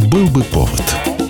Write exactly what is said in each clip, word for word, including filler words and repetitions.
Был бы повод.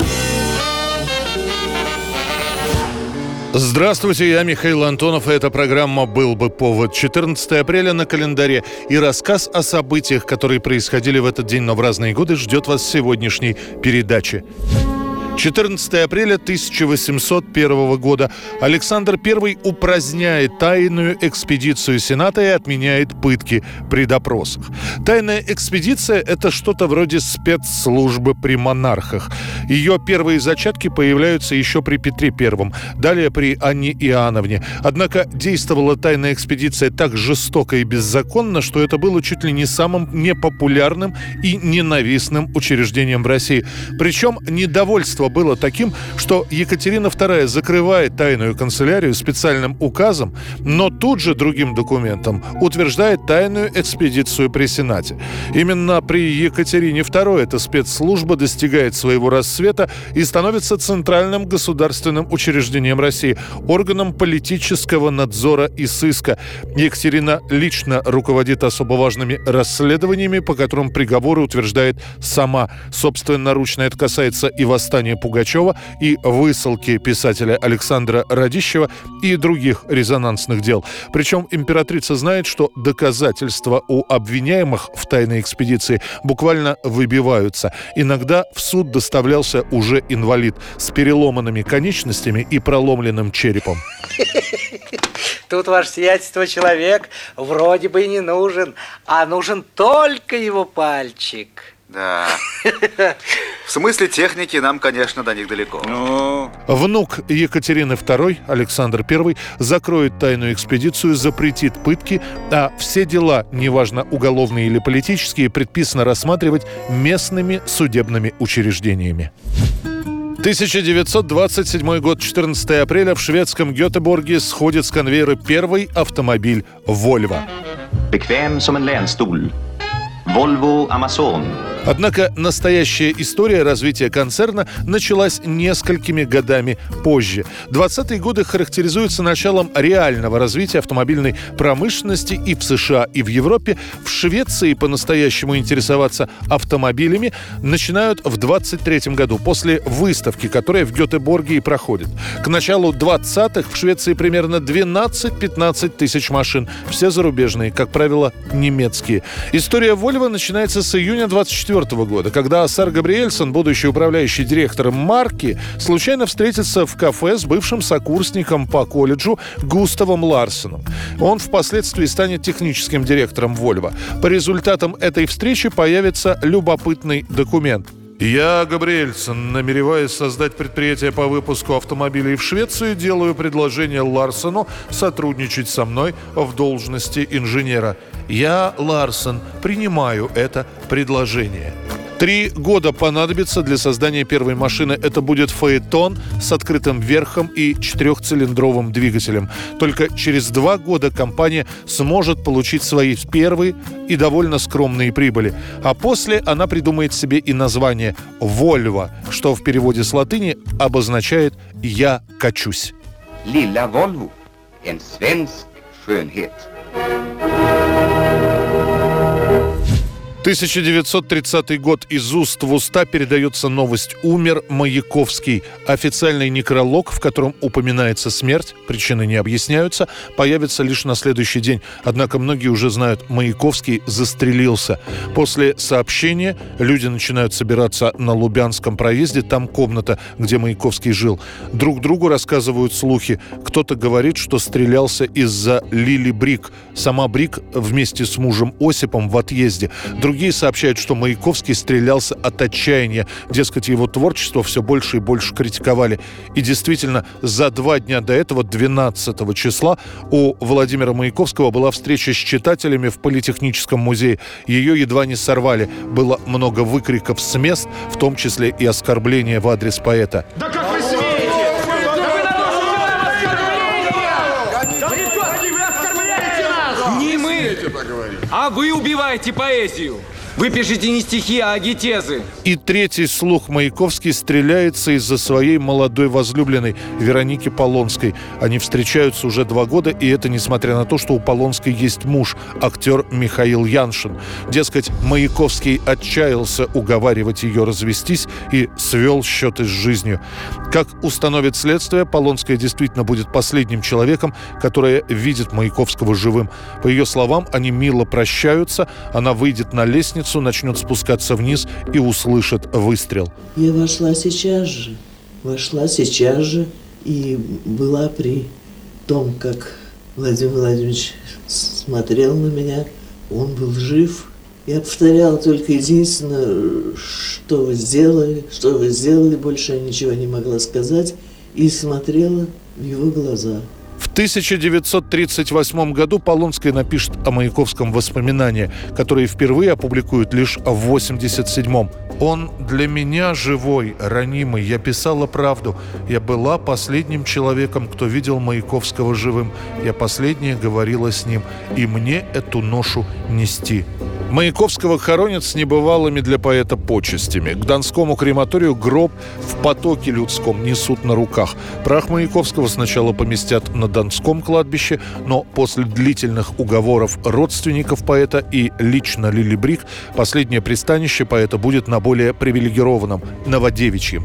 Здравствуйте, я Михаил Антонов, и эта программа «Был бы повод». четырнадцатое апреля на календаре, и рассказ о событиях, которые происходили в этот день, но в разные годы, ждет вас в сегодняшней передаче. четырнадцатое апреля тысяча восемьсот первого года Александр Первый упраздняет тайную экспедицию Сената и отменяет пытки при допросах. Тайная экспедиция – это что-то вроде спецслужбы при монархах. Ее первые зачатки появляются еще при Петре Первом, далее при Анне Иоанновне. Однако действовала тайная экспедиция так жестоко и беззаконно, что это было чуть ли не самым непопулярным и ненавистным учреждением в России. Причем недовольство было таким, что Екатерина Вторая закрывает тайную канцелярию специальным указом, но тут же другим документом утверждает тайную экспедицию при Сенате. Именно при Екатерине Второй эта спецслужба достигает своего расцвета и становится центральным государственным учреждением России, органом политического надзора и сыска. Екатерина лично руководит особо важными расследованиями, по которым приговоры утверждает сама. Собственноручно это касается и восстания Пугачева, и высылки писателя Александра Радищева и других резонансных дел. Причем императрица знает, что доказательства у обвиняемых в тайной экспедиции буквально выбиваются. Иногда в суд доставлялся уже инвалид с переломанными конечностями и проломленным черепом. Тут, ваше сиятельство, человек вроде бы и не нужен, а нужен только его пальчик. Да. В смысле техники нам, конечно, до них далеко. Но... Внук Екатерины Второй, Александр Первый, закроет тайную экспедицию, запретит пытки, а все дела, неважно уголовные или политические, предписано рассматривать местными судебными учреждениями. тысяча девятьсот двадцать седьмой год, четырнадцатое апреля, в шведском Гетеборге сходит с конвейера первый автомобиль «Вольво». Bekväm som en länstol. Volvo Amazon. Однако настоящая история развития концерна началась несколькими годами позже. двадцатые годы характеризуются началом реального развития автомобильной промышленности и в США, и в Европе. В Швеции по-настоящему интересоваться автомобилями начинают в двадцать третьем году, после выставки, которая в Гетеборге и проходит. К началу двадцатых в Швеции примерно двенадцать-пятнадцать тысяч машин. Все зарубежные, как правило, немецкие. История Volvo начинается с июня двадцать четвёртого года, когда Осар Габриэльсон, будущий управляющий директором марки, случайно встретится в кафе с бывшим сокурсником по колледжу Густавом Ларсеном. Он впоследствии станет техническим директором Volvo. По результатам этой встречи появится любопытный документ. «Я, Габриэльсон, намереваясь создать предприятие по выпуску автомобилей в Швеции, делаю предложение Ларсену сотрудничать со мной в должности инженера. Я, Ларсен, принимаю это предложение». Три года понадобится для создания первой машины. Это будет фаэтон с открытым верхом и четырехцилиндровым двигателем. Только через два года компания сможет получить свои первые и довольно скромные прибыли. А после она придумает себе и название «Volvo», что в переводе с латыни обозначает «я качусь». Lilla Volvo, en svensk skönhet. тысяча девятьсот тридцатый год. Из уст в уста передается новость: умер Маяковский. Официальный некролог, в котором упоминается смерть, причины не объясняются, появится лишь на следующий день. Однако многие уже знают, Маяковский застрелился. После сообщения люди начинают собираться на Лубянском проезде, там комната, где Маяковский жил. Друг другу рассказывают слухи. Кто-то говорит, что стрелялся из-за Лили Брик. Сама Брик вместе с мужем Осипом в отъезде. Другие сообщают, что Маяковский стрелялся от отчаяния. Дескать, его творчество все больше и больше критиковали. И действительно, за два дня до этого, двенадцатого числа, у Владимира Маяковского была встреча с читателями в Политехническом музее. Ее едва не сорвали. Было много выкриков с мест, в том числе и оскорбления в адрес поэта. Да как вы смеете? Да вы народ! Не мы, а вы убиваете поэзию. Вы пишете не стихи, а агитезы. И третий слух Маяковский стреляется из-за своей молодой возлюбленной Вероники Полонской. Они встречаются уже два года, и это несмотря на то, что у Полонской есть муж, актер Михаил Яншин. Дескать, Маяковский отчаялся уговаривать ее развестись и свел счеты с жизнью. Как установит следствие, Полонская действительно будет последним человеком, который видит Маяковского живым. По ее словам, они мило прощаются, она выйдет на лестницу, начнет спускаться вниз и услышит выстрел. Я вошла сейчас же, вошла сейчас же и была при том, как Владимир Владимирович смотрел на меня. Он был жив. Я повторяла только единственное, что вы сделали, что вы сделали, больше я ничего не могла сказать, и смотрела в его глаза. В тысяча девятьсот тридцать восьмом году Полонская напишет о Маяковском воспоминания, которые впервые опубликуют лишь в восемьдесят седьмом. «Он для меня живой, ранимый. Я писала правду. Я была последним человеком, кто видел Маяковского живым. Я последняя говорила с ним. И мне эту ношу нести». Маяковского хоронят с небывалыми для поэта почестями. К Донскому крематорию гроб в потоке людском несут на руках. Прах Маяковского сначала поместят на Донском кладбище, но после длительных уговоров родственников поэта и лично Лили Брик последнее пристанище поэта будет на более привилегированном – Новодевичьем.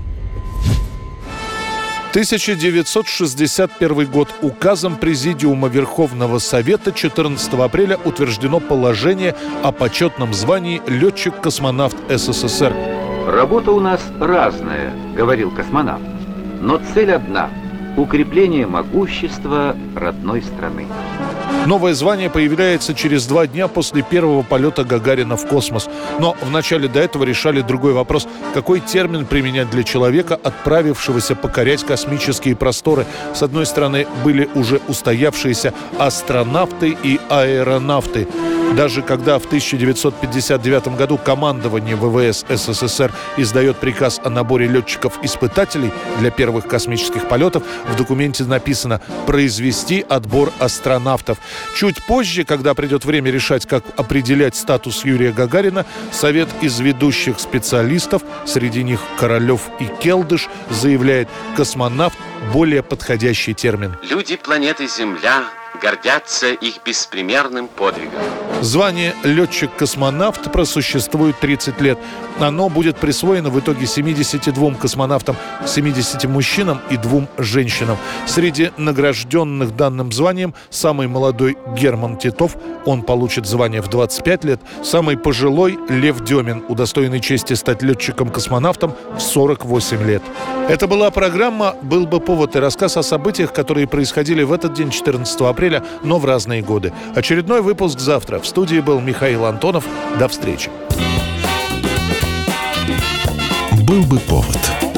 тысяча девятьсот шестьдесят первый год. Указом Президиума Верховного Совета четырнадцатого апреля утверждено положение о почетном звании летчик-космонавт СССР. Работа у нас разная, говорил космонавт, но цель одна – укрепление могущества родной страны. Новое звание появляется через два дня после первого полета Гагарина в космос. Но вначале до этого решали другой вопрос. Какой термин применять для человека, отправившегося покорять космические просторы? С одной стороны, были уже устоявшиеся астронавты и аэронавты. Даже когда в тысяча девятьсот пятьдесят девятом году командование ВВС СССР издает приказ о наборе летчиков-испытателей для первых космических полетов, в документе написано «произвести отбор астронавтов». Чуть позже, когда придет время решать, как определять статус Юрия Гагарина, совет из ведущих специалистов, среди них Королев и Келдыш, заявляет: космонавт – более подходящий термин. Люди планеты Земля гордятся их беспримерным подвигом. Звание летчик-космонавт просуществует тридцать лет. Оно будет присвоено в итоге семидесяти двум космонавтам, семидесяти мужчинам и двум женщинам. Среди награжденных данным званием самый молодой Герман Титов, он получит звание в двадцать пять лет. Самый пожилой Лев Демин, удостоенный чести стать летчиком-космонавтом в сорок восемь лет. Это была программа «Был бы повод» и рассказ о событиях, которые происходили в этот день, четырнадцатого апреля, но в разные годы. Очередной выпуск завтра. В студии был Михаил Антонов. До встречи. «Был бы повод».